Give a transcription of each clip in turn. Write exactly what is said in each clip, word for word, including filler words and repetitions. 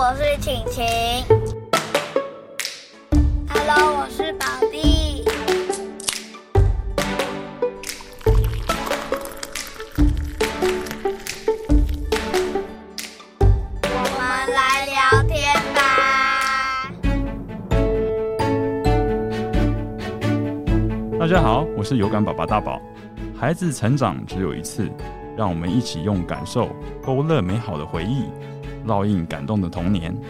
我是晴晴。Hello， 我是宝弟。我们来聊天吧。 大家好，我是有感爸爸大宝。孩子成长只有一次，让我们一起用感受勾勒美好的回忆，烙印感动的童年。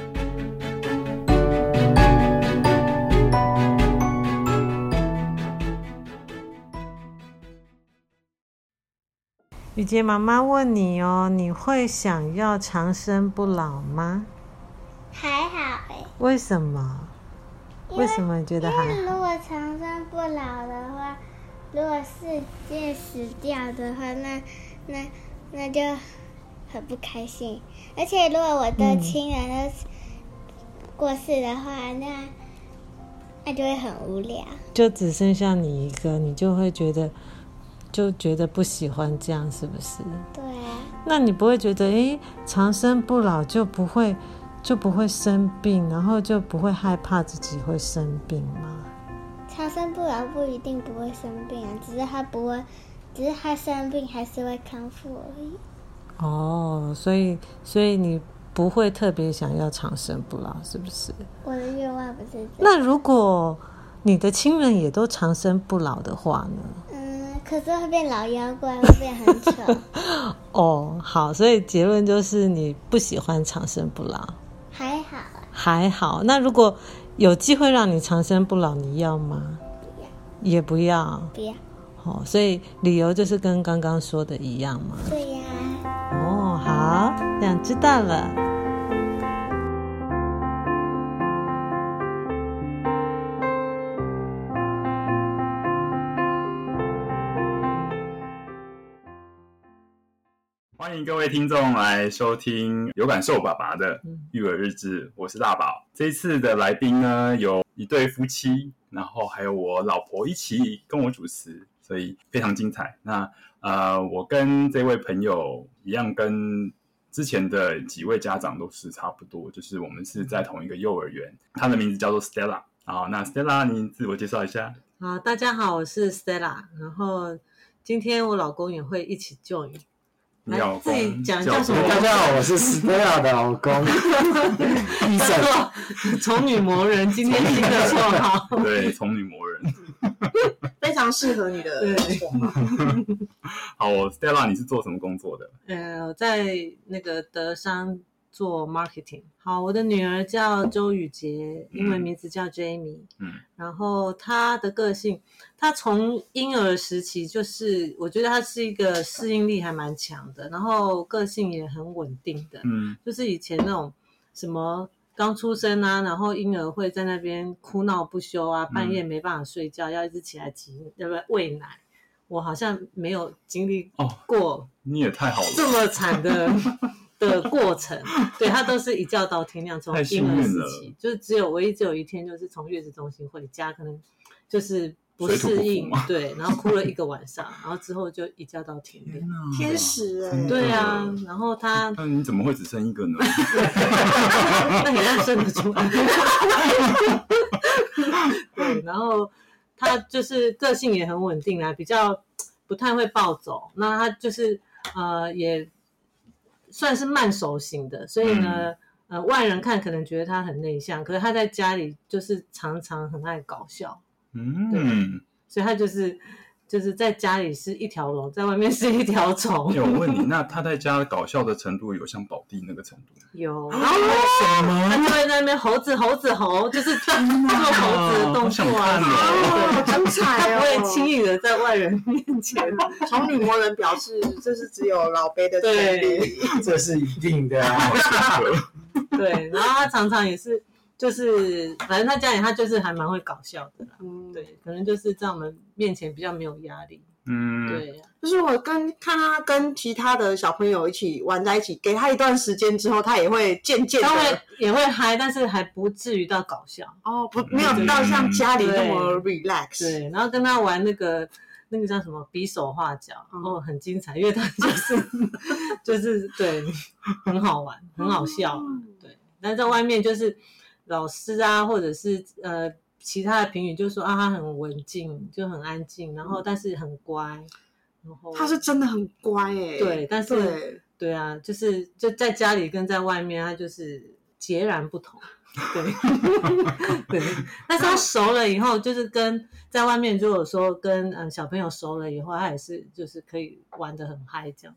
雨洁妈妈问你哦，你会想要长生不老吗？ 还好哎。 为什么？为什么你觉得还好？ 因为如果长生不老的话，如果世界死掉的话，那那那就很不开心。而且如果我的亲人都过世的话，嗯、那那就会很无聊。 就只剩下你一个，你就会觉得就觉得不喜欢这样，是不是？ 对啊。 那你不会觉得，哎，长生不老就不会就不会生病，然后就不会害怕自己会生病吗？ 长生不老不一定不会生病啊，只是他不会，只是他生病还是会康复而已。 哦，所以所以你不会特别想要长生不老，是不是？ 我的愿望不是这样。 那如果你的亲人也都长生不老的话呢？ 嗯，可是会变老妖怪，会变很丑。 哦，好，所以结论就是你不喜欢长生不老。 还好啊。 还好，那如果有机会让你长生不老，你要吗？ 不要。 也不要。 不要。 哦，所以理由就是跟刚刚说的一样吗？ 对呀。 哦，好，这样知道了。 欢迎各位听众来收听有感受爸爸的育儿日志，我是大宝。这一次的来宾呢，有一对夫妻，然后还有我老婆一起跟我主持，所以非常精彩。那呃，我跟这位朋友一样，跟之前的几位家长都是差不多，就是我们是在同一个幼儿园，他的名字叫做 Stella。好，那 Stella， 你自我介绍一下。 好，大家好，我是 Stella， 然后今天我老公也会一起 join。 你老公自己讲叫什么？ 大家好，我是 Stella 的老公，医生，宠女魔人，今天新的绰号， 对，宠女魔人， 非常适合你的绰号。 好 ，Stella， 你是做什么工作的？ 呃，我在那个德商做 marketing。好，我的女儿叫周雨洁，英文名字叫 Jamie。嗯，然后她的个性，她从婴儿时期就是，我觉得她是一个适应力还蛮强的，然后个性也很稳定的。嗯，就是以前那种什么刚出生啊，然后婴儿会在那边哭闹不休啊，半夜没办法睡觉，嗯、要一直起来挤，要不然喂奶。我好像没有经历过、哦， 你也太好了， 这么惨的。的过程，对，他都是一觉到天亮，从婴儿时期，就是只有唯一只有一天，就是从月子中心回家，可能就是不适应，对，然后哭了一个晚上，然后之后就一觉到天亮， 天使哎、欸， 对啊，然后他， 那你怎么会只生一个呢？ 那你要生得出来，对，然后他就是个性也很稳定啊，比较不太会暴走，那他就是呃也。算是慢熟型的，所以呢、嗯，呃，外人看可能觉得他很内向，可是他在家里就是常常很爱搞笑，嗯，对，所以他就是就是在家里是一条龙，在外面是一条虫。 欸、我问你，那他在家搞笑的程度有像宝弟那个程度吗？ 有，然后什么？他就会在那边猴子猴子猴，就是做猴子的动作啊， 好精彩哦！ 他不会轻易的在外人面前。 宠女魔人表示，这是只有老辈的权利， 这是一定的啊。 对，然后他常常也是。就是反正他家里他就是还蛮会搞笑的啦，嗯，对，可能就是在我们面前比较没有压力，嗯，对、啊， 就是我跟看他跟其他的小朋友一起玩在一起，给他一段时间之后，他也会渐渐的， 他会也会嗨，但是还不至于到搞笑哦，不没有到像家里那么 relax， 对，对，然后跟他玩那个那个叫什么比手画脚，然后很精彩，因为他就是就是对很好玩，很好笑，对。 但是在外面就是老师啊，或者是呃其他的评语，就说啊他很文静，就很安静，然后但是很乖，然后他是真的很乖哎、欸。 对，但是 对, 对啊，就是就在家里跟在外面，他就是截然不同。对对，但是他熟了以后，就是跟在外面，如果说跟嗯小朋友熟了以后，他也是就是可以玩得很嗨这样。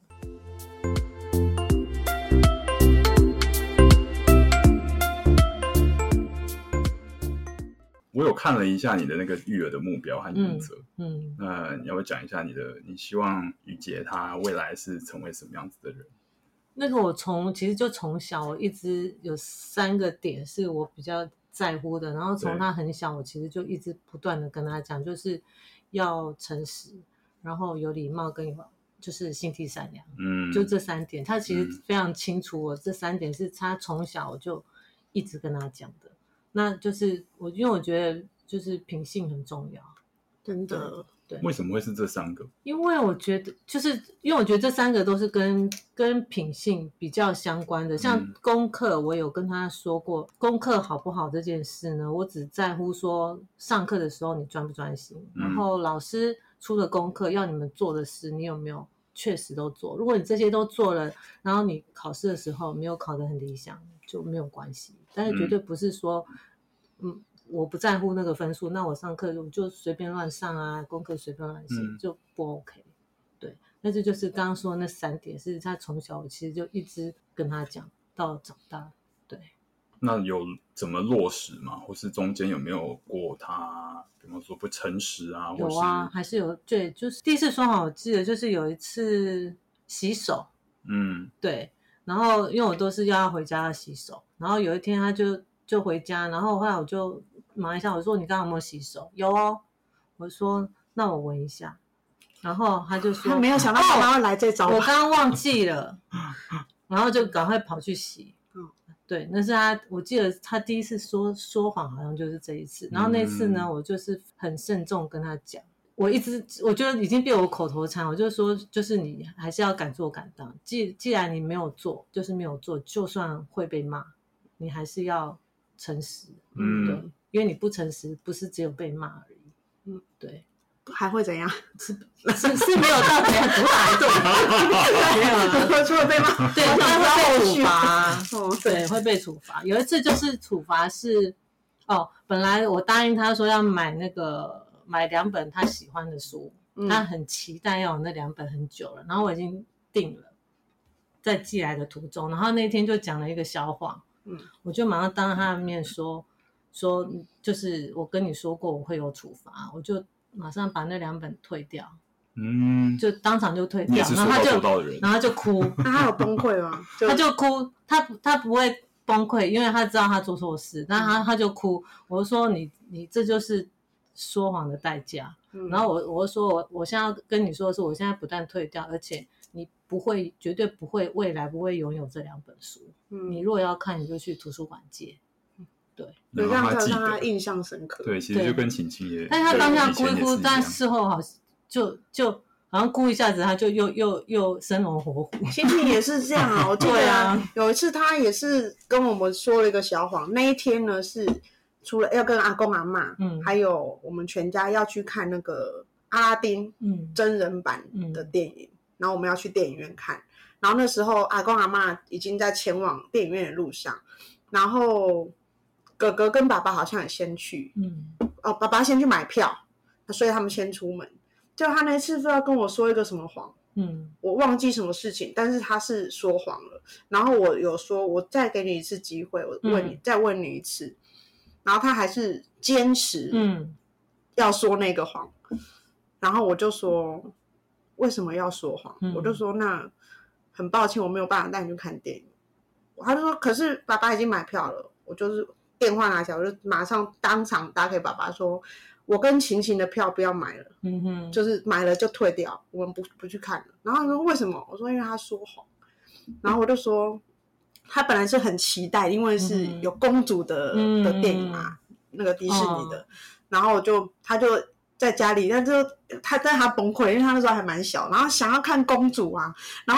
我有看了一下你的那个育儿的目标和原则， 嗯，嗯那你要不要讲一下你的，你希望雨杰他未来是成为什么样子的人？ 那个我从其实就从小我一直有三个点是我比较在乎的，然后从他很小我其实就一直不断的跟他讲，就是要诚实，然后有礼貌跟有就是心地善良，嗯，就这三点，他其实非常清楚我这三点是他从小我就一直跟他讲的。那就是我因为我觉得就是品性很重要， 真的。 对， 为什么会是这三个？ 因为我觉得就是因为我觉得这三个都是跟跟品性比较相关的。像功课我有跟他说过，功课好不好这件事呢，我只在乎说上课的时候你专不专心，嗯，然后老师出的功课要你们做的事你有没有确实都做。如果你这些都做了，然后你考试的时候没有考得很理想就没有关系，但是绝对不是说嗯我不在乎那个分数，那我上课就随便乱上啊，功课随便乱写，嗯，就不 OK。 对，那这就是刚刚说的那三点是他从小我其实就一直跟他讲到长大。对， 那有怎么落实吗？或是中间有没有过他比方说不诚实啊？ 有啊，还是有。对，就是第一次说谎我记得就是有一次洗手，嗯，对，然后因为我都是要回家要洗手，然后有一天他就就回家，然后后来我就忙一下，我说你刚刚有没有洗手？有哦。我说那我闻一下，然后他就说他没有想到妈妈会来这招， 哦，我刚刚忘记了，然后就赶快跑去洗。嗯，对，那是他，我记得他第一次说说谎好像就是这一次，然后那次呢，嗯，我就是很慎重跟他讲，我一直我觉得已经变我口头禅，我就说就是你还是要敢做敢当，既既然你没有做就是没有做，就算会被骂你还是要诚实。嗯，对，因为你不诚实不是只有被骂而已。嗯，对， 还会怎样？ 是是是没有到怎样毒打一顿，没有了， 除了被骂， 对，他会被处罚，哦，对，会被处罚。有一次就是处罚是，哦，本来我答应他说要买那个买两本他喜欢的书，嗯，他很期待要有那两本很久了，然后我已经订了，在寄来的途中，然后那天就讲了一个小谎，嗯，我就马上当着他的面说。说就是我跟你说过我会有处罚，我就马上把那两本退掉，嗯，就当场就退掉，然后他就然后就哭， 那他有崩溃吗？ 就他就哭，他他不会崩溃，因为他知道他做错事，但他他就哭，我就说你你这就是说谎的代价，嗯，然后我我就说我我现在要跟你说的是，我现在不但退掉，而且你不会绝对不会未来不会拥有这两本书，嗯，你如果要看你就去图书馆借。对， 有让他让他印象深刻。 对，其实就跟晴晴也， 但是他当下哭一哭，但事后好就就好像哭一下子，他就又又又生龙活虎。 晴晴也是这样啊，我记得啊，有一次他也是跟我们说了一个小谎。那一天呢，是除了要跟阿公阿嬷，嗯，还有我们全家要去看那个阿拉丁真人版的电影，嗯，然后我们要去电影院看。然后那时候阿公阿嬷已经在前往电影院的路上，然后哥哥跟爸爸好像也先去，嗯，哦，爸爸先去买票，所以他们先出门。就他那次不知道跟我说一个什么谎，嗯，我忘记什么事情，但是他是说谎了。然后我有说，我再给你一次机会，我问你，嗯，再问你一次。然后他还是坚持，嗯，要说那个谎。然后我就说，为什么要说谎？嗯，我就说那很抱歉，我没有办法带你去看电影。他就说，可是爸爸已经买票了。我就是电话拿起来，我就马上当场打给爸爸说，我跟晴晴的票不要买了，嗯哼，就是买了就退掉，我们不不去看了。然后他说为什么？我说因为他说谎。然后我就说他本来是很期待，因为是有公主的、嗯、的电影嘛，那个迪士尼的。哦、然后就他就在家里，他就他但他崩溃，因为他那时候还蛮小，然后想要看公主啊，然后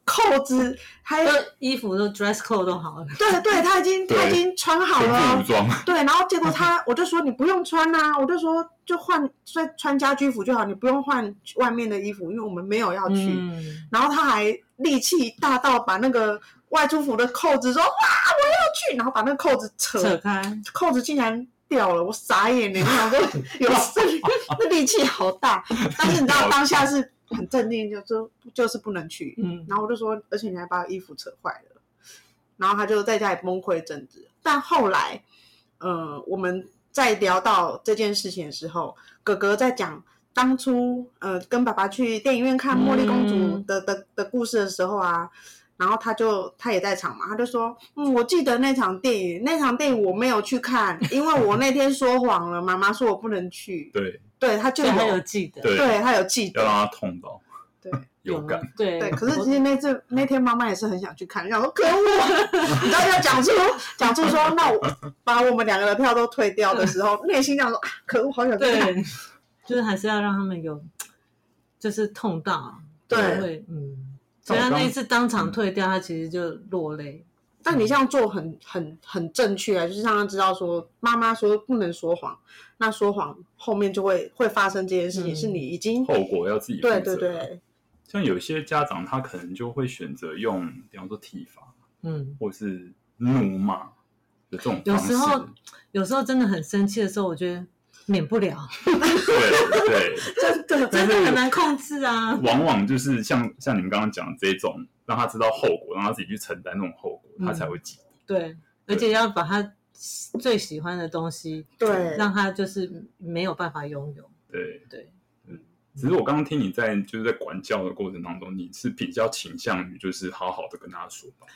扣子还衣服都 dress code 都好了， 对对，他已经他已经穿好了， 武装， 对，然后结果他我就说你不用穿啊，我就说就换穿穿家居服就好，你不用换外面的衣服，因为我们没有要去。嗯、然后他还力气大到把那个外出服的扣子说哇我要去，然后把那个扣子扯扯开，扣子竟然掉了，我傻眼了，我想说有那力气好大，但是你知道当下是很镇定，就说就是不能去。嗯，然后我就说，而且你还把衣服扯坏了，然后他就在家里崩溃一阵子。但后来，呃，我们在聊到这件事情的时候，哥哥在讲当初呃跟爸爸去电影院看《茉莉公主的》的、的的故事的时候啊。然后他就他也在场嘛，他就说，嗯，我记得那场电影，那场电影我没有去看，因为我那天说谎了，妈妈说我不能去。 对， 对，他就有他有记得， 对， 对他有记得， 要让他痛到， 对， 有感， 对对。可是其实那次那天妈妈也是很想去看，想说可恶，你知道要讲出讲出说，那我把我们两个的票都退掉的时候，内心想说，啊，可恶，好想去看。 对，就是还是要让他们有，就是痛到， 对， 会嗯。所以他那一次当场退掉，他其实就落泪。 但你这样做很很很正确啊，就是让他知道说，妈妈说不能说谎，那说谎后面就会会发生这件事情，嗯、是你已经后果要自己负责。 对对对。 像有些家长他可能就会选择用，比方说体罚，嗯，或是怒骂的这种方式。 有时候有时候真的很生气的时候，我觉得。免不了， 对对， 真的真的很难控制啊。 往往就是像像你们刚刚讲的这种，让他知道后果，让他自己去承担那种后果，嗯、他才会记得。 对，而且要把他最喜欢的东西， 对， 让他就是没有办法拥有。 对对， 嗯。只是我刚刚听你在就是在管教的过程当中，你是比较倾向于就是好好的跟他说吧。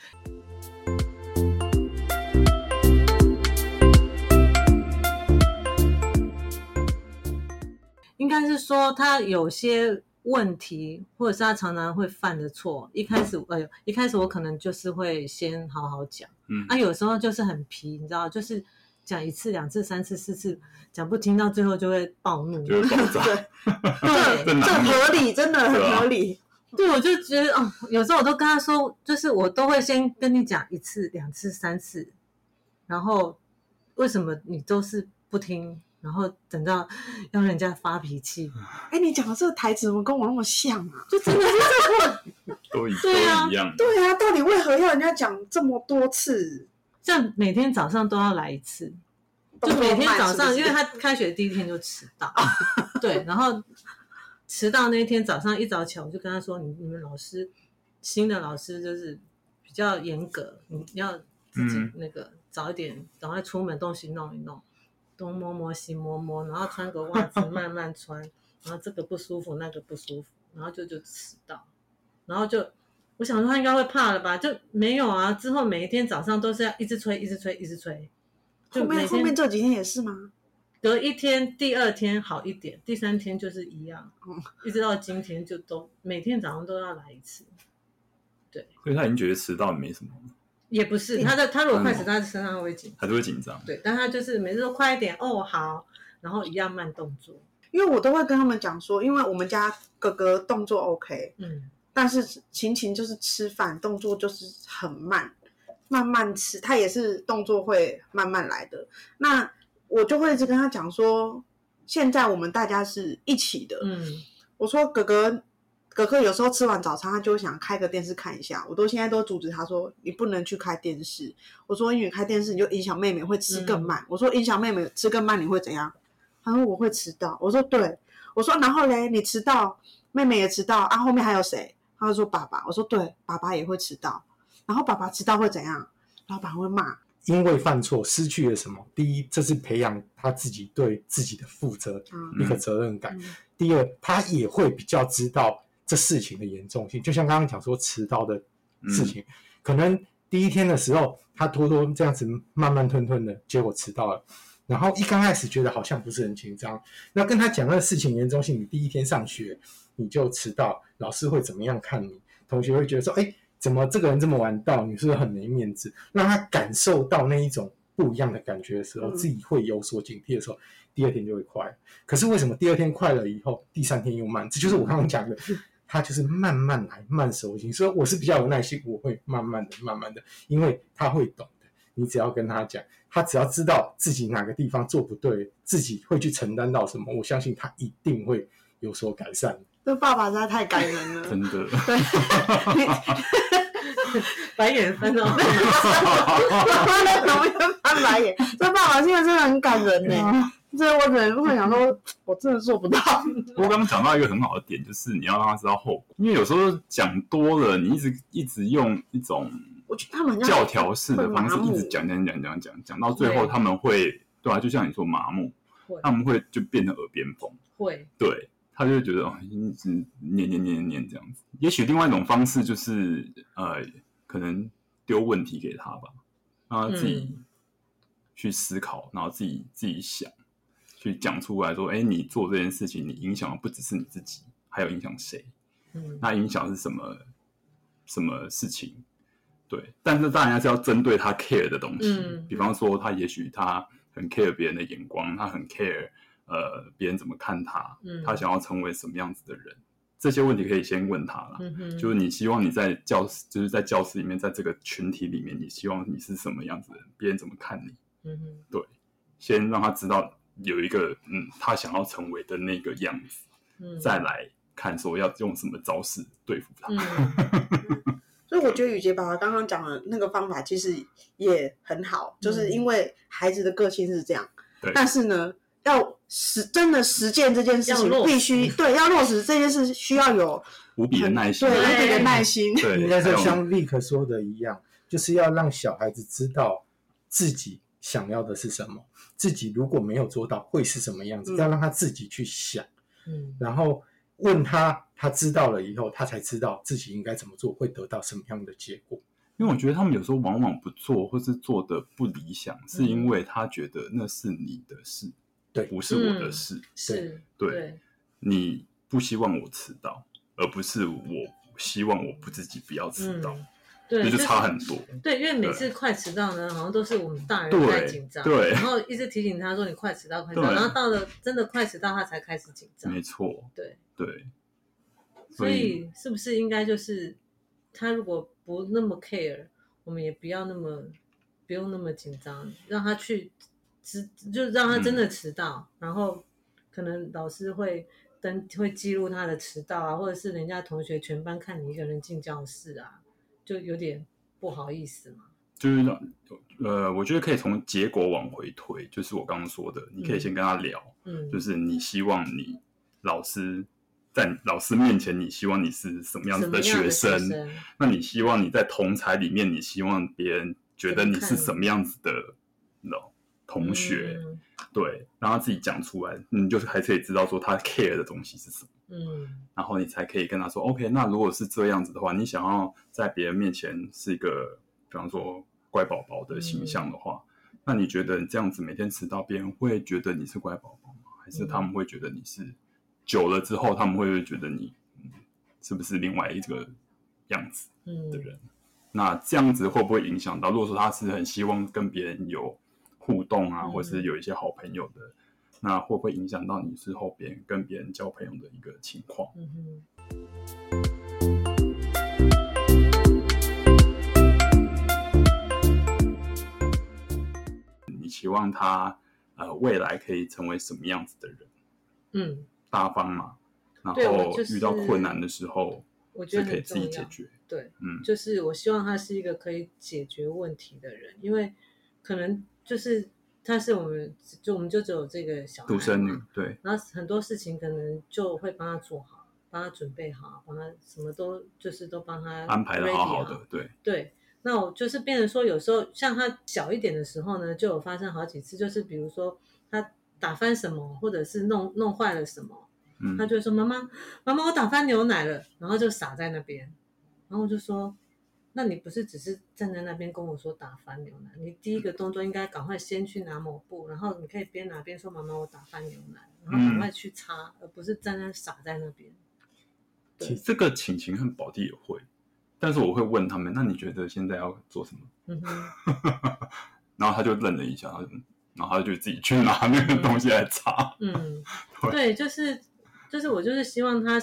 应该是说他有些问题，或者是他常常会犯的错。一开始，哎呦，一开始我可能就是会先好好讲，嗯，啊，有时候就是很皮，你知道，就是讲一次、两次、三次、四次，讲不听，到最后就会暴怒， 就会爆炸。 对，这这合理，真的很合理。 对，我就觉得哦，有时候我都跟他说，就是我都会先跟你讲一次、两次、三次，然后为什么你都是不听？然后等到要人家发脾气， 哎，你讲的这个台词怎么跟我那么像啊？ 就真的是这个，都一对啊， 都一样。 对啊，到底为何要人家讲这么多次？ 像每天早上都要来一次，就每天早上，因为他开学第一天就迟到，对，然后迟到那一天早上一早起来，我就跟他说：“你你们老师新的老师就是比较严格，你要自己那个早一点，赶快出门东西弄一弄。”东摸摸西摸摸，然后穿个袜子慢慢穿，然后这个不舒服那个不舒服，然后就就迟到，然后就我想说他应该会怕了吧，就没有啊。之后每一天早上都是要一直催一直催一直催， 就后面后面这几天也是吗？ 隔一天第二天好一点，第三天就是一样，嗯、一直到今天就都每天早上都要来一次。对， 所以他已经觉得迟到没什么。 也不是，他的他如果快迟到，他身上会紧张， 他就会紧张。 对，但他就是每次都快一点，哦好，然后一样慢动作。 因为我都会跟他们讲说，因为我们家哥哥动作 OK， 嗯，但是晴晴就是吃饭动作就是很慢，慢慢吃，他也是动作会慢慢来的。那我就会一直跟他讲说，现在我们大家是一起的，嗯，我说哥哥。哥哥有时候吃完早餐，他就会想开个电视看一下。我都现在都阻止他说：“你不能去开电视。”我说：“因为开电视你就影响妹妹会吃更慢。嗯”我说：“影响妹妹吃更慢，你会怎样？”他说：“我会迟到。”我说：“对。”我说：“然后嘞，你迟到，妹妹也迟到啊，后面还有谁？”他就说：“爸爸。”我说：“对，爸爸也会迟到。然后爸爸迟到会怎样？老板会骂。” 因为犯错失去了什么？第一，这是培养他自己对自己的负责、嗯、一个责任感。嗯、第二，他也会比较知道。这事情的严重性，就像刚刚讲说迟到的事情、嗯、可能第一天的时候他拖拖这样子慢慢吞吞的，结果迟到了，然后一刚开始觉得好像不是很紧张，那跟他讲那个事情严重性，你第一天上学你就迟到，老师会怎么样看你，同学会觉得说哎，怎么这个人这么晚到，你是不是很没面子，让他感受到那一种不一样的感觉的时候、嗯、自己会有所警惕的时候，第二天就会快。可是为什么第二天快了以后第三天又慢，这就是我刚刚讲的他就是慢慢来，慢熟型。所以我是比较有耐心，我会慢慢的、慢慢的，因为他会懂的。你只要跟他讲，他只要知道自己哪个地方做不对，自己会去承担到什么，我相信他一定会有所改善。 这爸爸实在太感人了， 真的。 对， 白眼翻到， 妈妈在旁边翻白眼。这爸爸现在真的很感人呢。所以我只能会想说，我真的做不到。 我刚刚讲到一个很好的点，就是你要让他知道后果，因为有时候讲多了，你一直一直用一种我觉得他们教条式的方式一直讲讲讲讲讲，讲到最后他们会对啊，就像你说麻木，他们会就变成耳边风，会对，他就会觉得哦，一直念念念念这样子。也许另外一种方式就是呃，可能丢问题给他吧，让他自己去思考，然后自己自己想。去讲出来说，哎，你做这件事情，你影响的不只是你自己，还有影响谁？嗯，那影响是什么什么事情？对，但是当然还是要针对他 care 的东西。嗯，比方说，他也许他很 care 别人的眼光，他很 care 呃别人怎么看他，嗯，他想要成为什么样子的人，这些问题可以先问他啦。嗯哼，就是你希望你在教室，就是在教室里面，在这个群体里面，你希望你是什么样子的人，别人怎么看你？嗯哼，对，先让他知道。有一个嗯，他想要成为的那个样子，嗯、再来看说要用什么招式对付他。 嗯、所以我觉得宇杰爸爸刚刚讲的那个方法其实也很好，嗯、就是因为孩子的个性是这样，但是呢，要实真的实践这件事情，必须对要落实这件事，需要有无比的耐心， 对无比的耐心。 对，应该是像立刻说的一样，就是要让小孩子知道自己想要的是什么。自己如果没有做到会是什么样子，嗯、要让他自己去想，嗯，然后问他，他知道了以后，他才知道自己应该怎么做，会得到什么样的结果。 因为我觉得他们有时候往往不做，或是做的不理想，嗯、是因为他觉得那是你的事，对，不是我的事，嗯、 是， 对，对，你不希望我迟到，而不是我希望我不自己不要迟到。嗯对， 就差很多。 对，因为每次快迟到呢，好像都是我们大人在紧张，对，然后一直提醒他说你快迟到，快迟到，然后到了真的快迟到，他才开始紧张。 没错， 对对。 所以是不是应该就是他如果不那么 care， 我们也不要那么不用那么紧张，让他去知，就让他真的迟到，嗯、然后可能老师会登会记录他的迟到啊，或者是人家同学全班看你一个人进教室啊。就有点不好意思嘛， 就是呃，我觉得可以从结果往回推，就是我刚刚说的，你可以先跟他聊，嗯，就是你希望你老师在老师面前，你希望你是什么样子的学生？学生那你希望你在同侪里面，你希望别人觉得你是什么样子的 no, 同学？嗯、对，让他自己讲出来，你就是还可以知道说他 care 的东西是什么。嗯，然后你才可以跟他说 OK， 那如果是这样子的话，你想要在别人面前是一个比方说乖宝宝的形象的话，嗯、那你觉得你这样子每天迟到，别人会觉得你是乖宝宝吗？还是他们会觉得你是、嗯、久了之后他们会不会觉得你、嗯、是不是另外一个样子的人、嗯、那这样子会不会影响到，如果说他是很希望跟别人有互动啊、嗯、或是有一些好朋友的，那会不会影响到你之后别人跟别人交朋友的一个情况？嗯哼。你期望他呃未来可以成为什么样子的人？嗯，大方嘛，然后遇到困难的时候， 我觉得是可以自己解决。 对，嗯，就是我希望他是一个可以解决问题的人，因为可能就是。他是我们就我们就只有这个小孩独生女，对， 然后很多事情可能就会帮他做好，帮他准备好，帮他什么都就是都帮他安排的好好的，对对。那我就是变成说，有时候像他小一点的时候呢，就有发生好几次，就是比如说他打翻什么，或者是弄弄坏了什么，嗯，他就会说妈妈妈妈我打翻牛奶了，然后就洒在那边，然后我就说。那你不是只是站在那边跟我说打翻牛奶，你第一个动作应该赶快先去拿抹布，然后你可以边拿边说妈妈我打翻牛奶，然后赶快去擦、嗯、而不是站在洒在那边。 其实这个晴晴和宝弟也会，但是我会问他们，那你觉得现在要做什么？嗯哼然后他就愣了一下，然后他就自己去拿那个东西来擦。 嗯，对，对就是就是我就是希望他是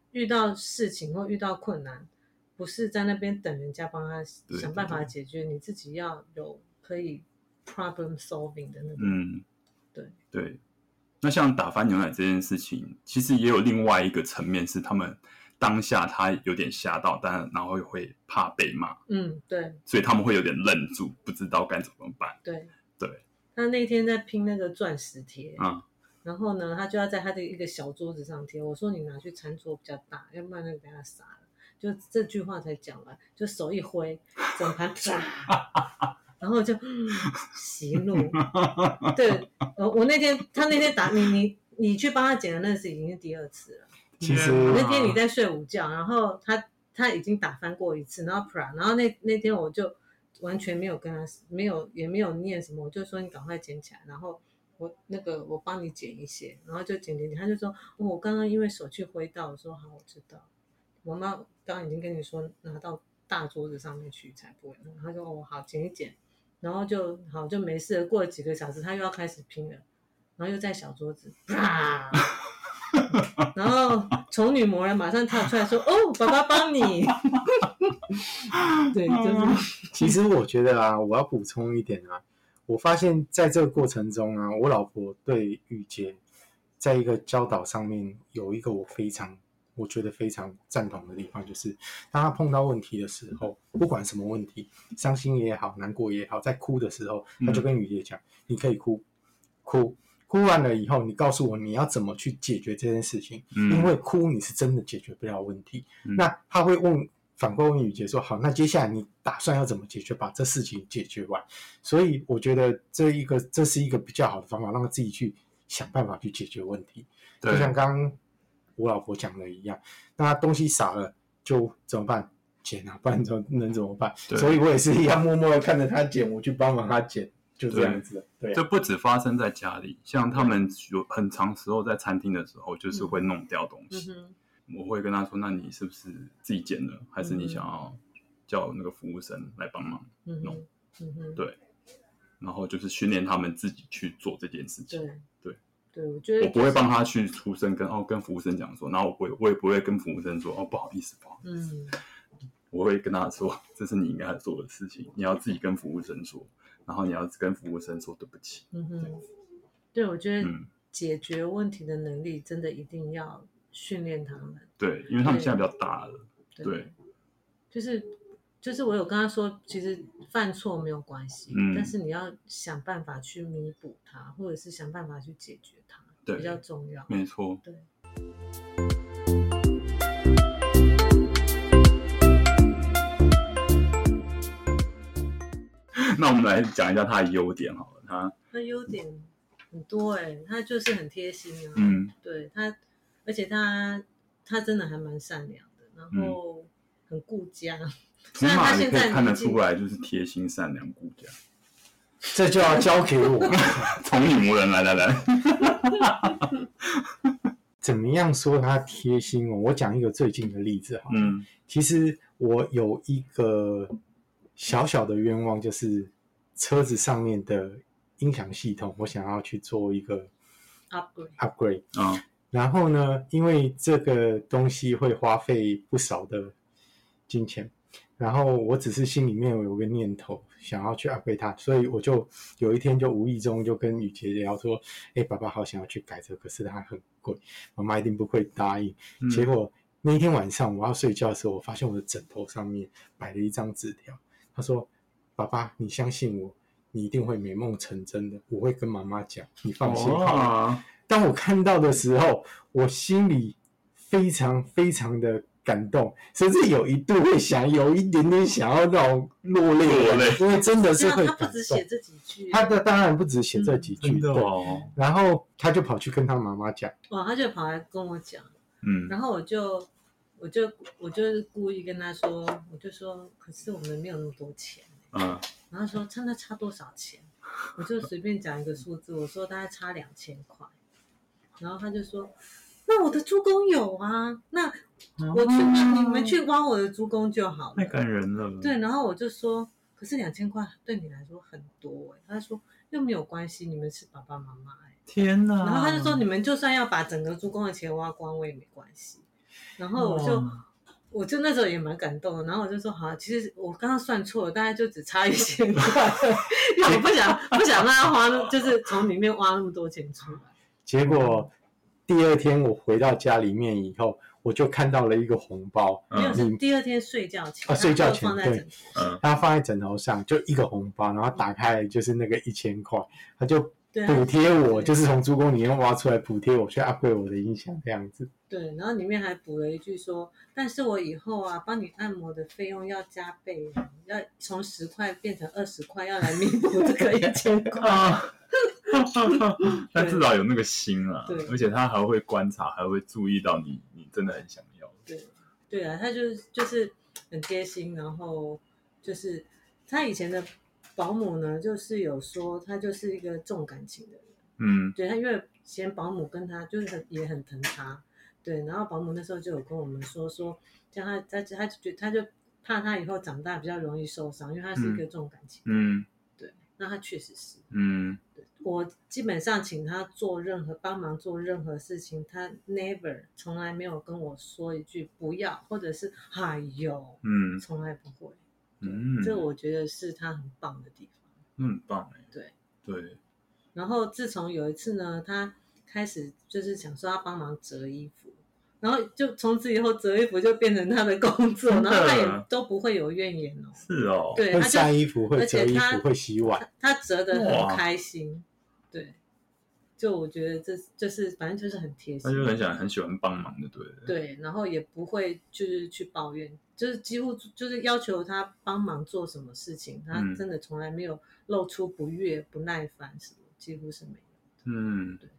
遇到事情或遇到困难，不是在那边等人家帮他想办法解决，你自己要有可以 problem solving 的那种。嗯，对对。那像打翻牛奶这件事情，其实也有另外一个层面，是他们当下他有点吓到，但然后会怕被骂。 嗯，对。所以他们会有点愣住，不知道该怎么办。 对对。 他那天在拼那个钻石贴，嗯。然后呢，他就要在他的一个小桌子上贴。我说你拿去餐桌比较大，要不然那个等下洒了。就这句话才讲完，就手一挥，整盘啪，然后就息怒。对，我我那天他那天打你你你去帮他剪的那次已经是第二次了。 其实那天你在睡午觉，然后他他已经打翻过一次，然后啪，然后那那天我就完全没有跟他没有也没有念什么，我就说你赶快捡起来，然后。我那个我帮你剪一些，然后就剪剪剪，他就说、哦、我刚刚因为手去挥到，我说好我知道，我妈刚刚已经跟你说拿到大桌子上面去才不会，然后他说哦好剪一剪，然后就好就没事了。过了几个小时他又要开始拼了，然后又在小桌子啪，然后丑女魔人马上跳出来说哦爸爸帮你。对，就是其实我觉得啊，我要补充一点啊，我发现在这个过程中啊，我老婆对玉洁在一个教导上面有一个我非常我觉得非常赞同的地方，就是当她碰到问题的时候，不管什么问题，伤心也好难过也好，在哭的时候她就跟玉洁讲、嗯、你可以哭哭哭完了以后你告诉我你要怎么去解决这件事情、嗯、因为哭你是真的解决不了问题、嗯、那她会问反过问雨洁说好，那接下来你打算要怎么解决，把这事情解决完。所以我觉得这一个这是一个比较好的方法，让他自己去想办法去解决问题。就像刚刚我老婆讲的一样，那他东西洒了就怎么办？捡啊，不然能怎么办？所以我也是一样默默的看着他捡，我去帮忙他捡，就这样子。对， 这不只发生在家里，像他们有很长时候在餐厅的时候，就是会弄掉东西。嗯嗯，我会跟他说，那你是不是自己捡了，还是你想要叫那个服务生来帮忙弄、嗯嗯、对，然后就是训练他们自己去做这件事情。对对对，我觉得、就是、 我不会帮他去出声跟哦跟服务生讲说，然后我不会我也不会跟服务生说哦不好意思不好意思、嗯、我会跟他说这是你应该做的事情，你要自己跟服务生说，然后你要跟服务生说对不起。嗯哼，对， 对，我觉得解决问题的能力真的一定要训练他们。 对，因为他们现在比较大了。 对, 对， 就是就是我有跟他说其实犯错没有关系、嗯、但是你要想办法去弥补它，或者是想办法去解决它，对，比较重要。 没错， 对。 那我们来讲一下他的优点好了。他他优点很多哎、欸，他就是很贴心啊。嗯，对他，而且他他真的还蛮善良的，然后很顾家。 起码你可以看得出来，就是贴心、善良、顾家。 这就要交给我。 从女魔人来来来。 怎么样说他贴心哦？我讲一个最近的例子好了。嗯，其实我有一个小小的愿望，就是车子上面的音响系统，我想要去做一个 upgrade upgrade 啊、嗯。然后呢，因为这个东西会花费不少的金钱，然后我只是心里面有个念头想要去 upgrade 它，所以我就有一天就无意中就跟雨洁聊说，哎，爸爸好想要去改这个，可是它很贵，妈妈一定不会答应、嗯、结果那一天晚上我要睡觉的时候，我发现我的枕头上面摆了一张纸条，他说，爸爸你相信我，你一定会美梦成真的，我会跟妈妈讲，你放心好了、哦、当我看到的时候，我心里非常非常的感动，甚至有一度会想有一点点想要那种落泪，因为真的是会感动。 他不只写这几句， 他的当然不只写这几句、嗯、对、哦、然后他就跑去跟他妈妈讲， 哇，他就跑来跟我讲，嗯，然后我就我就我就故意跟他说，我就说，可是我们没有那么多钱，嗯，然后说真的差多少钱，我就随便讲一个数字，我说大概差两千块，然后他就说，那我的猪公有啊，那我去、嗯、你们去挖我的猪公就好了， 太感人了。 对，然后我就说，可是两千块对你来说很多哎、欸，他说又没有关系，你们是爸爸妈妈哎、欸， 天哪！ 然后他就说，你们就算要把整个猪公的钱挖光，我也没关系。 然后我就、哦、我就那时候也蛮感动的，然后我就说好，其实我刚刚算错了，大概就只差一千块，因为我不想不想让他花，就是从里面挖那么多钱出来。 结果第二天我回到家里面以后，我就看到了一个红包， 没有、嗯、是第二天睡觉前， 啊，睡觉前对， 他放在枕头上，就一个红包，然后打开就是那个一千块，他就补贴我，就是从珠宫里面挖出来补贴我，去 upgrade 我的音响这样子。 对，然后里面还补了一句说，但是我以后啊，帮你按摩的费用要加倍，要从十块变成二十块，要来弥补这个一千块。 但至少有那个心啊，而且他还会观察，还会注意到你，你真的很想要。 对，对啊，他就是就是很贴心，然后就是他以前的保姆呢，就是有说他就是一个重感情的人， 嗯， 对他因为以前保姆跟他就是很也很疼他，对，然后保姆那时候就有跟我们说说，像他他他就觉他就怕他以后长大比较容易受伤，因为他是一个重感情的人， 嗯， 对，那他确实是， 嗯。 我基本上请他做任何帮忙做任何事情，他 never 从来没有跟我说一句不要，或者是哎呦， 嗯， 从来不会， 嗯， 这我觉得是他很棒的地嗯， 方， 很棒哎， 对对。 然后自从有一次呢，他开始就是想说要帮忙折衣服，然后就从此以后折衣服就变成他的工作，然后他也都不会有怨言哦。 是哦， 对， 会晒衣服，会折衣服，会洗碗， 他, 他折得很开心。对，就我觉得这就是反正就是很贴心， 他就很想很喜欢帮忙的，对的。 对，然后也不会就是去抱怨，就是几乎就是要求他帮忙做什么事情，他真的从来没有露出不悦、不耐烦什么，几乎是没有。 嗯， 对。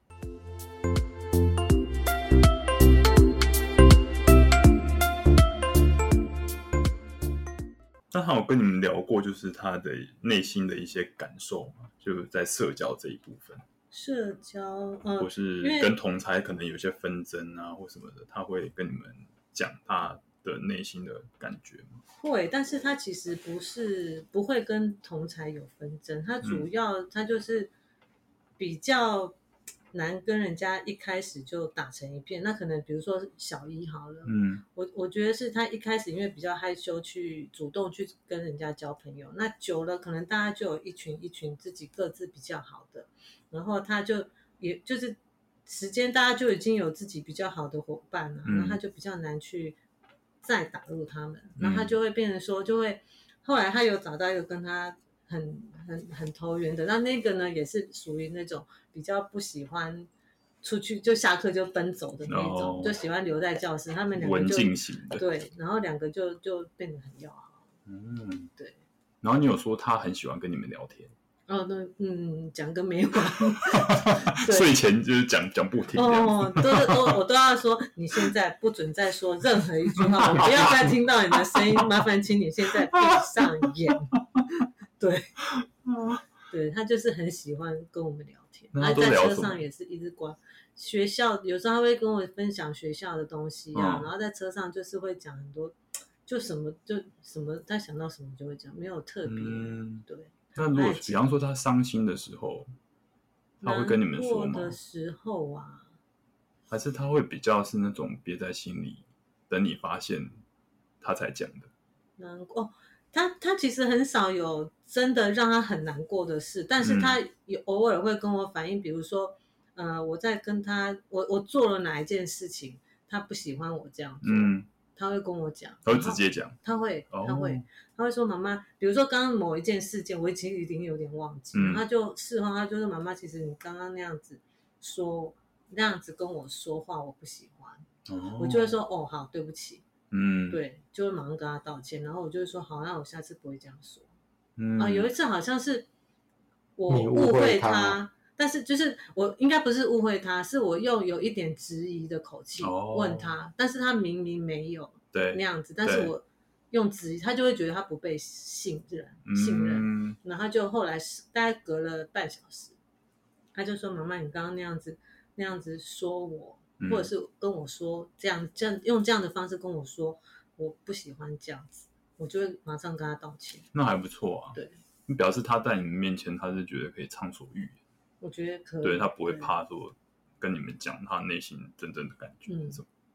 那他有跟你们聊过，就是他的内心的一些感受吗？就是在社交这一部分， 社交，呃， 或是跟同侪可能有些纷争啊，或什么的，他会跟你们讲他的内心的感觉吗？ 会，但是他其实不是不会跟同侪有纷争，他主要、嗯、他就是比较难跟人家一开始就打成一片。那可能比如说小一好了， 嗯， 我我觉得是他一开始因为比较害羞，去主动去跟人家交朋友，那久了可能大家就有一群一群自己各自比较好的，然后他就也就是时间大家就已经有自己比较好的伙伴了，那、嗯、他就比较难去再打入他们，然后他就会变成说就会后来他有找到一个跟他很很很投缘的，那那个呢也是属于那种比较不喜欢出去就下课就奔走的那种、哦、就喜欢留在教室，他们两个就文静型的， 对，然后两个就就变得很要好， 嗯， 对。 然后你有说他很喜欢跟你们聊天， 哦，那嗯，讲个没完， 睡前就是讲讲不停， 哦，都是都我都要说，你现在不准再说任何一句话，我不要再听到你的声音，麻烦请你现在闭上眼。对，对他就是很喜欢跟我们聊天，他在车上也是一直关。学校有时候他会跟我分享学校的东西啊，嗯、然后在车上就是会讲很多，就什么就什么，他想到什么就会讲，没有特别、嗯、对。 那如果比方说他伤心的时候，他会跟你们说吗？ 难过的时候啊， 还是他会比较是那种憋在心里，等你发现他才讲的？ 难过、哦，他他其实很少有真的让他很难过的事，但是他有偶尔会跟我反映，比如说，呃，我在跟他，我我做了哪一件事情，他不喜欢我这样做。嗯，他会跟我讲， 他会直接讲， 他会，他会，哦、他会说妈妈，比如说刚刚某一件事件，我其实已经有点忘记，嗯、他就事后他就说妈妈，其实你刚刚那样子说，那样子跟我说话，我不喜欢，哦、我就会说哦好，对不起， 嗯， 对，就会马上跟他道歉，然后我就会说好，那我下次不会这样说， 嗯啊，有一次好像是我误会他。但是就是我应该不是误会他，是我用有一点质疑的口气问他，哦、但是他明明没有那样子，但是我用质疑，他就会觉得他不被信任， 嗯、 信任，然后就后来大概隔了半小时，他就说妈妈，你刚刚那样子那样子说我，嗯、或者是跟我说这样这样用这样的方式跟我说，我不喜欢这样子，我就会马上跟他道歉。 那还不错啊， 对， 表示他在你们面前，他是觉得可以畅所欲言。 我觉得可以， 对他不会怕说跟你们讲他内心真正的感觉， 嗯，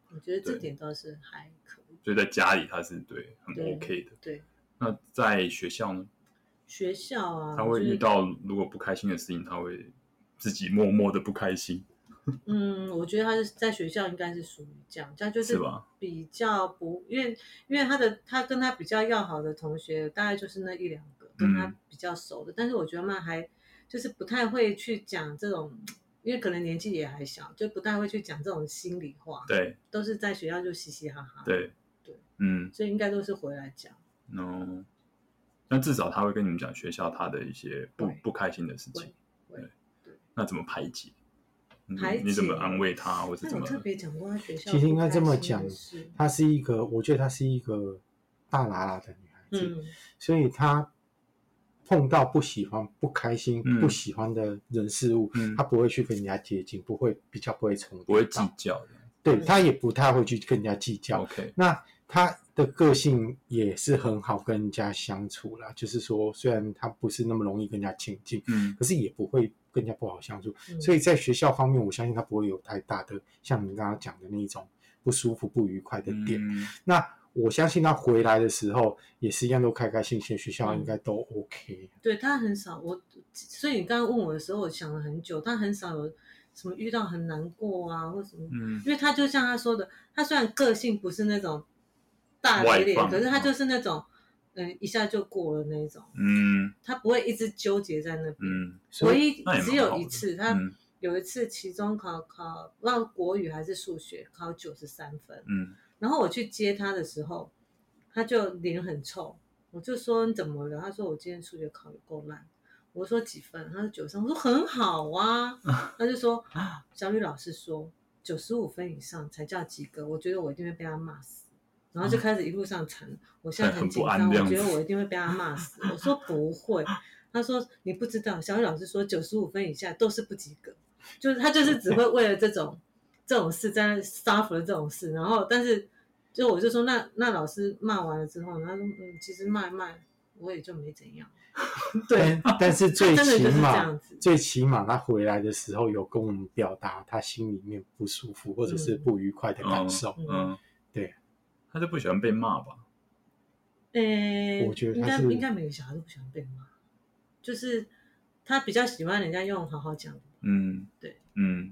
我觉得这点倒是还可以。 所以在家里他是对很 OK 的。 对。对那在学校呢？ 学校啊， 他会遇到如果不开心的事情，他会自己默默的不开心。 嗯，我觉得他是在学校应该是属于这样，这样就是比较不，因为因为他的他跟他比较要好的同学，大概就是那一两个跟他比较熟的，嗯、但是我觉得嘛，还就是不太会去讲这种，因为可能年纪也还小，就不太会去讲这种心里话。 对， 都是在学校就嘻嘻哈哈。 对对， 嗯， 所以应该都是回来讲。 哦，那至少他会跟你们讲学校他的一些不不开心的事情。 对， 对，那怎么排解？ 排解你怎么安慰他，或是怎么？ 特别讲过他学校。 其实应该这么讲，她是一个，我觉得她是一个大喇喇的女孩子，嗯、所以她碰到不喜欢、不开心、嗯、不喜欢的人事物，嗯、她不会去跟人家接近，不会比较不会冲， 不会计较的。 对，她也不太会去跟人家计较。 OK， 那她的个性也是很好跟人家相处啦，就是说，虽然她不是那么容易跟人家亲近，嗯，可是也不会跟人家不好相处，嗯、所以在学校方面，我相信她不会有太大的像你刚刚讲的那一种不舒服、不愉快的点。嗯、那我相信她回来的时候也是一样，都开开心心，学校应该都 OK。 嗯、对，她很少，我所以你刚刚问我的时候，我想了很久，她很少有什么遇到很难过啊，或什么，嗯，因为她就像她说的，她虽然个性不是那种大咧咧，可是她就是那种。嗯，一下就过了那一种，嗯，他不会一直纠结在那边。嗯，唯一只有一次，他有一次期中考考，不知道国语还是数学，考九十三分。嗯，然后我去接他的时候，他就脸很臭，我就说你怎么了？他说我今天数学考得够烂。我说几分？他说九十三。我说很好啊。他就说小吕老师说九十五分以上才叫及格，我觉得我一定会被他骂死。然后就开始一路上缠，我现在很紧张，我觉得我一定会被他骂死。我说不会，他说你不知道，小雨老师说九十五分以下都是不及格，就是他就是只会为了这种这种事在 suffer 这种事。然后，但是就我就说那那老师骂完了之后，他说嗯，其实骂一骂我也就没怎样。对， 但是最起码最起码他回来的时候有跟我们表达他心里面不舒服或者是不愉快的感受。嗯，嗯对。 他就不喜欢被骂吧？ 诶、欸， 我觉得应该应该每个小孩都不喜欢被骂，就是他比较喜欢人家用好好讲的。嗯，对，嗯。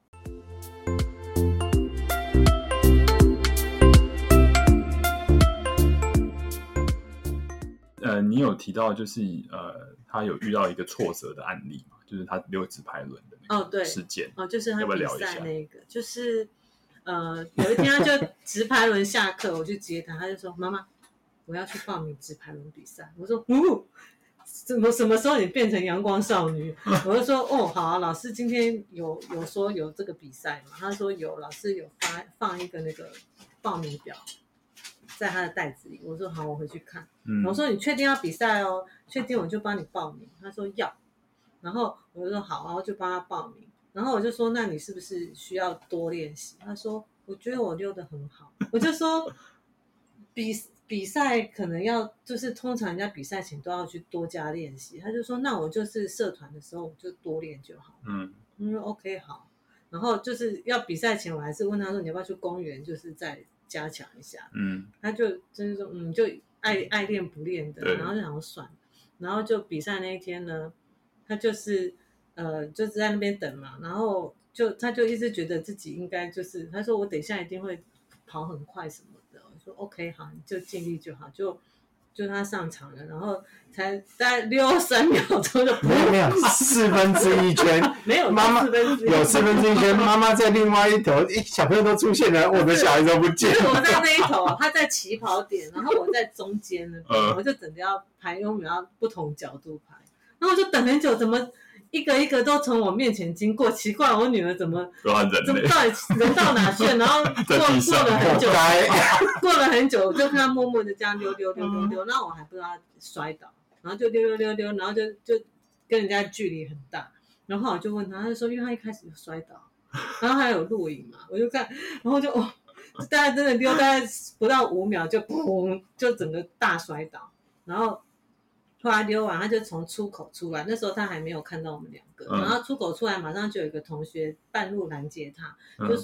呃，你有提到就是呃，他有遇到一个挫折的案例嘛？就是他溜直排轮的那个事件。 哦，就是他比赛那个，就是。呃，有一天他就直排轮下课，我去接他，他就说：“妈妈，我要去报名直排轮比赛。”我说：“哦，怎么什么时候你变成阳光少女？”我就说：“哦，好啊，老师今天有有说有这个比赛嘛？”他说有，老师有发放一个那个报名表在他的袋子里。我说：“好，我回去看。嗯”我说：“你确定要比赛哦？确定我就帮你报名。”他说：“要。”然后我就说：“好，然后就帮他报名。”然后我就说，那你是不是需要多练习？他说，我觉得我溜得很好。我就说，比比赛可能要，就是通常人家比赛前都要去多加练习。他就说，那我就是社团的时候我就多练就好。嗯，我说 OK 好。然后就是要比赛前，我还是问他说，你要不要去公园，就是再加强一下。嗯，他就就是说，嗯，就爱爱练不练的，然后就想要算。然后就比赛那一天呢，他就是。呃，就是在那边等嘛，然后就他就一直觉得自己应该就是，他说我等一下一定会跑很快什么的。我说 OK 好，你就尽力就好，就就他上场了，然后才大概溜三秒钟就没有没有四分之一圈， 没有妈妈有四分之一圈，妈妈在另外一头，一小朋友都出现了，我的小孩都不见了。 我在那一头，他在起跑点，然后我在中间那边，我就等着要排，因为我们要不同角度排，然后我就等很久，怎么？一个一个都从我面前经过，奇怪，我女儿怎么怎么到底人到哪去？然后过过了很久，过了很久，我就看她默默的这样溜溜溜溜溜，那我还不知道她摔倒，然后就溜溜溜溜，然后就就跟人家距离很大，然后我就问她，她就说，因为她一开始就摔倒，然后还有录影嘛，我就看，然后就哦，大概真的溜大概不到五秒就砰，就整个大摔倒，然后。后来溜完，他就从出口出来，那时候他还没有看到我们两个，嗯、然后出口出来，马上就有一个同学半路拦截他，嗯、就说：“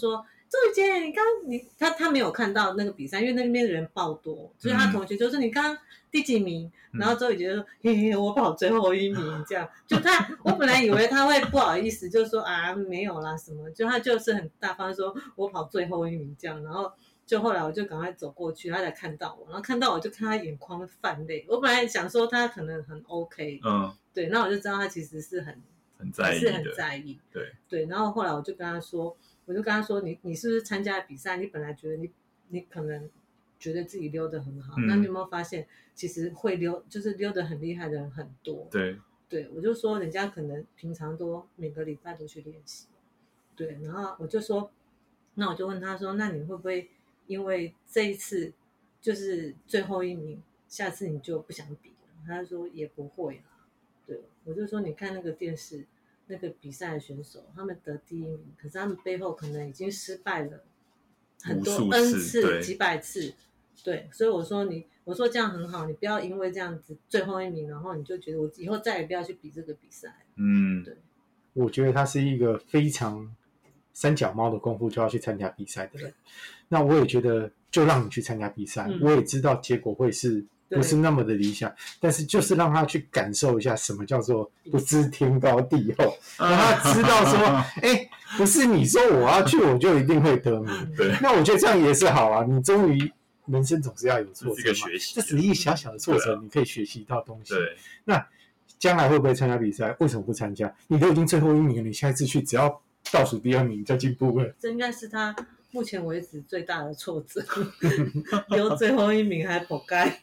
周雨杰，你刚你他他没有看到那个比赛，因为那边的人爆多，所以他同学就说你刚第几名？然后周雨杰就说嘿嘿，我跑最后一名，这样就他，我本来以为他会不好意思，就说啊没有啦什么，就他就是很大方说我跑最后一名这样，然后就后来我就赶快走过去，他才看到我，然后看到我就看他眼眶泛泪，我本来想说他可能很 OK， 嗯，对，那我就知道他其实是很很在意， 是很在意， 对对，然后后来我就跟他说。我就跟他说，你你是不是参加比赛？你本来觉得你你可能觉得自己溜得很好，嗯、那你有没有发现，其实会溜就是溜得很厉害的人很多？ 对， 对我就说，人家可能平常都每个礼拜都去练习，对，然后我就说，那我就问他说，那你会不会因为这一次就是最后一名，下次你就不想比了？他就说也不会啦，对，我就说你看那个电视。那个比赛的选手，他们得第一名，可是他们背后可能已经失败了很多 N 次、几百次，对，所以我说你，我说这样很好，你不要因为这样子最后一名，然后你就觉得我以后再也不要去比这个比赛。嗯，对， 我觉得他是一个非常三脚猫的功夫就要去参加比赛的人，那我也觉得就让你去参加比赛，嗯、我也知道结果会是。不是那么的理想，但是就是让他去感受一下什么叫做不知天高地厚，让他知道说，哎、欸，不是你说我要去，我就一定会得名。 对， 那我觉得这样也是好啊。你终于人生总是要有挫折嘛， 这是一个学习， 这只是一个小小的挫折，你可以学习到东西。 对， 那将来会不会参加比赛？为什么不参加？你都已经最后一名了，你下一次去只要倒数第二名就进步了。 这应该是他。目前为止最大的挫折，留最后一名还不该。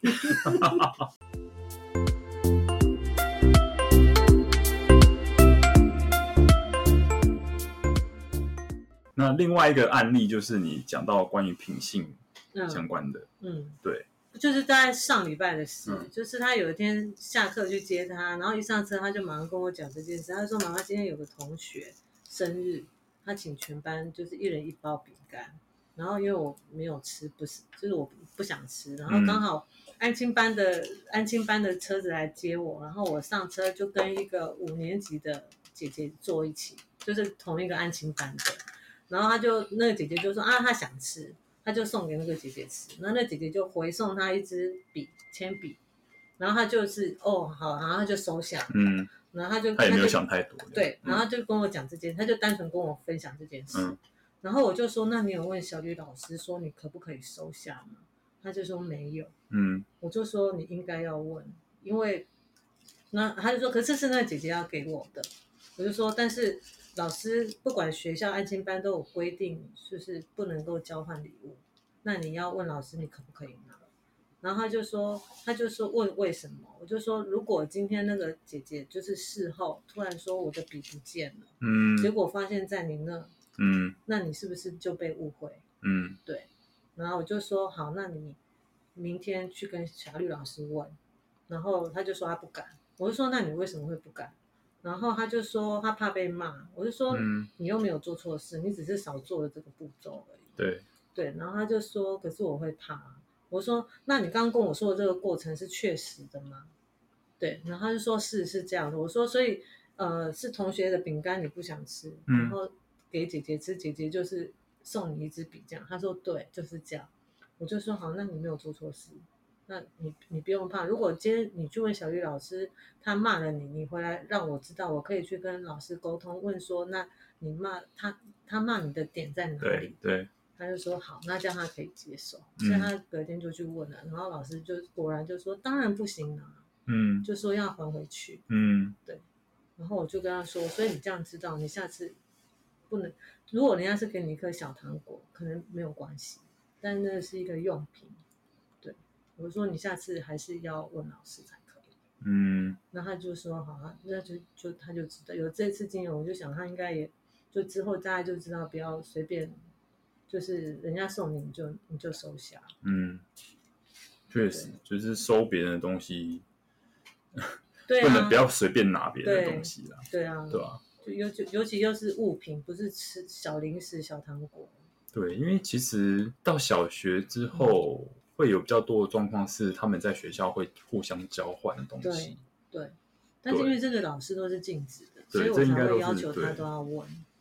那另外一个案例就是你讲到关于品性相关的，嗯，嗯对， 就是在上礼拜的事，嗯、就是他有一天下课去接他，然后一上车他就马上跟我讲这件事，他说：“妈妈，今天有个同学生日，他请全班就是一人一包饼干。”然后因为我没有吃，不是，就是我不想吃。然后刚好安亲班的、嗯、安亲班的车子来接我，然后我上车就跟一个五年级的姐姐坐一起，就是同一个安亲班的。然后他就那个姐姐就说啊，她想吃，他就送给那个姐姐吃。然后那姐姐就回送她一支笔，铅笔。然后他就是哦好，然后他就收下。嗯。然后他就他也没有想太多。 对，然后他就跟我讲这件，他就单纯跟我分享这件事。嗯。然后我就说，那你有问小吕老师说你可不可以收下吗？他就说没有。嗯，我就说你应该要问，因为那他就说，可是是那个姐姐要给我的。我就说，但是老师不管学校安亲班都有规定，就是不能够交换礼物。那你要问老师你可不可以拿？然后他就说，他就说问为什么？我就说，如果今天那个姐姐就是事后突然说我的笔不见了，嗯，结果发现在你那。嗯，那你是不是就被误会？嗯，对。然后我就说好，那你明天去跟小绿老师问。然后他就说他不敢。我就说那你为什么会不敢？然后他就说他怕被骂。我就说、嗯、你又没有做错事，你只是少做了这个步骤而已。 对对。然后他就说，可是我会怕。我说那你刚刚跟我说的这个过程是确实的吗？对。然后他就说是是这样的。我说所以呃是同学的饼干你不想吃，嗯、然后。给姐姐吃，姐姐就是送你一支笔这样。他说对，就是这样。我就说好，那你没有做错事，那你你不用怕。如果今天你去问小玉老师，他骂了你，你回来让我知道，我可以去跟老师沟通，问说那你骂他，他骂你的点在哪里？ 对对。 他就说好，那这样他可以接受。所以他隔天就去问了，然后老师就果然就说当然不行啊，嗯，就说要还回去，嗯，对。然后我就跟他说，所以你这样知道，你下次。不能，如果人家是给你一颗小糖果，可能没有关系，但那是一个用品。对，我说你下次还是要问老师才可以。嗯，那他就说好，那就就他就知道有这次经验，我就想他应该也就之后大家就知道不要随便，就是人家送你你就你就收下。嗯， 确实就是收别人的东西， 对啊， 不能不要随便拿别人的东西啦。 对啊， 对啊。 尤尤其又是物品，不是吃小零食、小糖果。 对，因为其实到小学之后，嗯、会有比较多的状况是他们在学校会互相交换东西。 对，对，但是因为这个老师都是禁止的，所以我才会要求他都要问。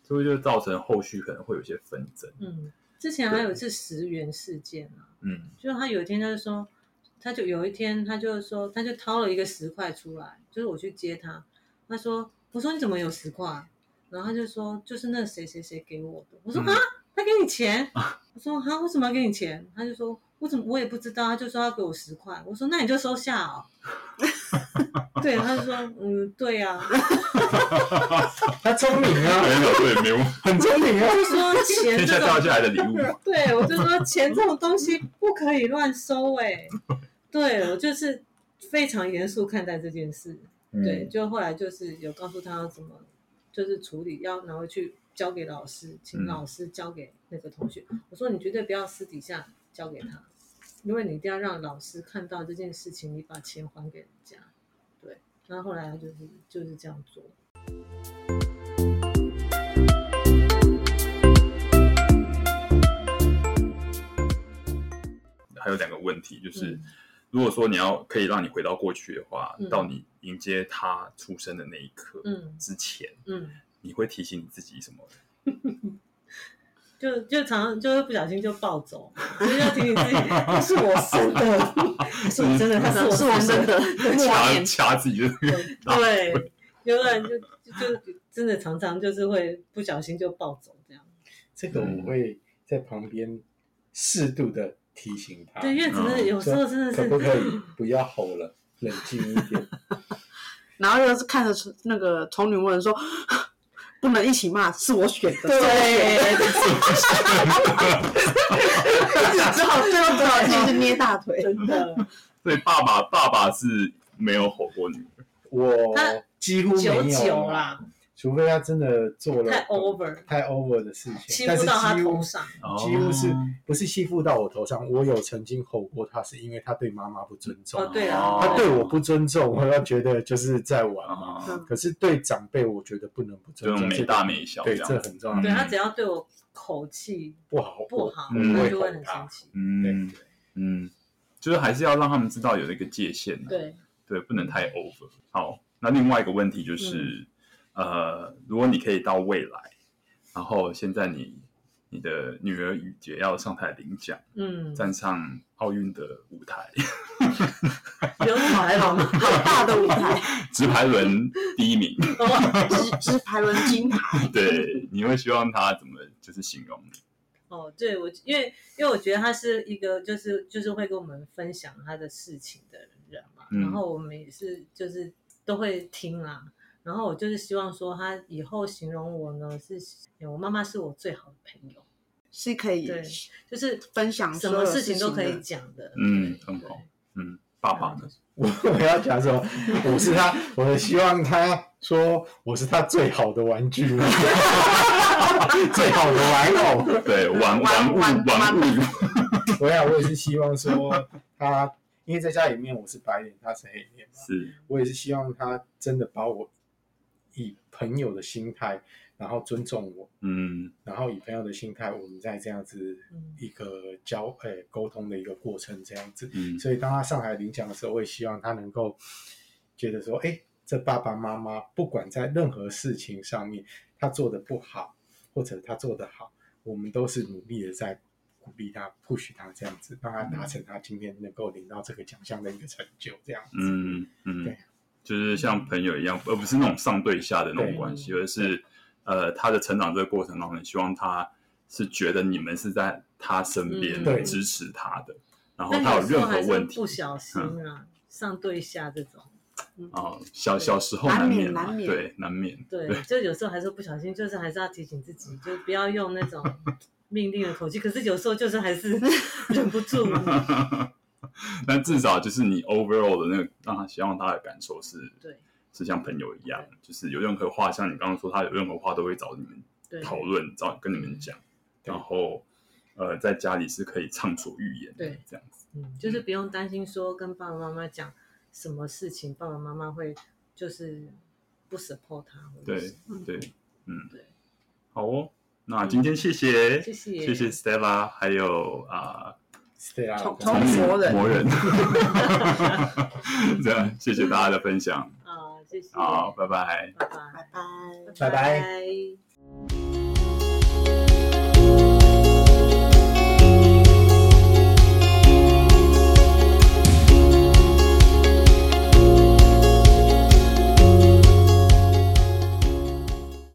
所以就造成后续可能会有一些纷争。 嗯，之前还有一次十元事件啊，嗯，就是他有一天他就说，他就有一天他就说，他就掏了一个十块出来，就是我去接他，他说，我说你怎么有十块？然后他就说，就是那谁谁谁给我的。我说啊、嗯，他给你钱？我说啊，为什么要给你钱？他就说，我怎么我也不知道，他就说要给我十块。我说那你就收下哦。对，他就说嗯，对呀、啊。 他聪明啊， 没有对，没有，很聪明啊。 就说钱天下掉下来的礼物。 对，我就说钱这种东西不可以乱收哎、欸。对，我就是非常严肃看待这件事。嗯、对，就后来就是有告诉他要怎么。就是处理要拿回去交给老师，请老师交给那个同学。嗯、我说你绝对不要私底下交给他，因为你一定要让老师看到这件事情，你把钱还给人家。对，然后后来他就是就是这样做。 还有两个问题，就是、嗯、如果说你要可以让你回到过去的话，嗯、到你迎接他出生的那一刻之前，嗯，你会提醒你自己什么？ 就就常常就会不小心就暴走，就是要提醒自己，他是我生的，是我真的，他是我是我生的， 掐掐自己的， 对，有人就就真的常常就是会不小心就暴走这样。 这个我会在旁边适度的提醒他， 对，因为真的有时候真的是可不可以不要吼了，冷静一点。 然后又是看着那个丑女问说。不能一起骂，是我选的。对，只好最后只好自己是捏大腿。 真的。 所以爸爸爸爸是没有吼过女儿， 我几乎没有久久啦。 除非他真的做了太 over 太 over 的事情， 欺负到他头上， 几乎是不是欺负到我头上？我有曾经吼过他，是因为他对妈妈不尊重。 哦，对啊， 他对我不尊重，我要觉得就是在玩嘛。哦、可是对长辈，我觉得不能不尊重， 没大没小， 对，这很重要。 对他只要对我口气不好不好， 嗯、 我就会很生气。 嗯嗯，就是还是要让他们知道有那个界限、啊。 对对，不能太 over。好，那另外一个问题就是。嗯呃，如果你可以到未来，然后现在你你的女儿雨洁要上台领奖，嗯，站上奥运的舞台， 有台好好大的舞台， 直排轮第一名， 直直排轮金牌， 对，你会希望她怎么就是形容你？ 哦，对我，因为因为我觉得他是一个就是就是会跟我们分享他的事情的人嘛，嗯、然后我们也是就是都会听啦。然后我就是希望说，他以后形容我呢是，我妈妈是我最好的朋友， 是可以对，就是分享什么事情都可以讲的。 嗯，很好。嗯，爸爸呢？ 我我要讲什么？我是他，我希望他说我是他最好的玩具，最好的玩偶， 对，玩玩物玩物。 我呀，我也是希望说他，因为在家里面我是白脸，他是黑脸嘛， 是我也是希望他真的把我。以朋友的心态，然后尊重我，嗯，然后以朋友的心态，我们在这样子一个交诶沟通的一个过程，这样子，嗯，所以当他上台领奖的时候，我也希望他能够觉得说，哎，这爸爸妈妈不管在任何事情上面，他做的不好，或者他做的好，我们都是努力的在鼓励他 push 他这样子，让他达成他今天能够领到这个奖项的一个成就，这样子， 嗯嗯，对。就是像朋友一样，而不是那种上对下的那种关系，而是呃他的成长这个过程当中，希望他是觉得你们是在他身边支持他的，嗯、然后他有任何问题， 不小心啊、嗯、上对下这种， 哦、嗯，小小时候难免嘛，对，难免， 对，对就有时候还是不小心，就是还是要提醒自己，就不要用那种命令的口气，可是有时候就是还是忍不住。 但至少就是你 overall 的那个，让他希望他的感受是， 对， 是像朋友一样，就是有任何话，像你刚刚说，他有任何话都会找你们讨论，找跟你们讲，然后呃，在家里是可以畅所欲言的， 对， 这样子， 嗯，就是不用担心说跟爸爸妈妈讲什么事情，爸爸妈妈会就是不 support 他， 对对，嗯， 对， 好哦，那今天谢谢， 谢谢， 谢谢 Stella， 还有啊。 从从魔人， 魔人，这样谢谢大家的分享。 好，谢谢。 好，拜拜， 拜拜， 拜拜， 拜拜。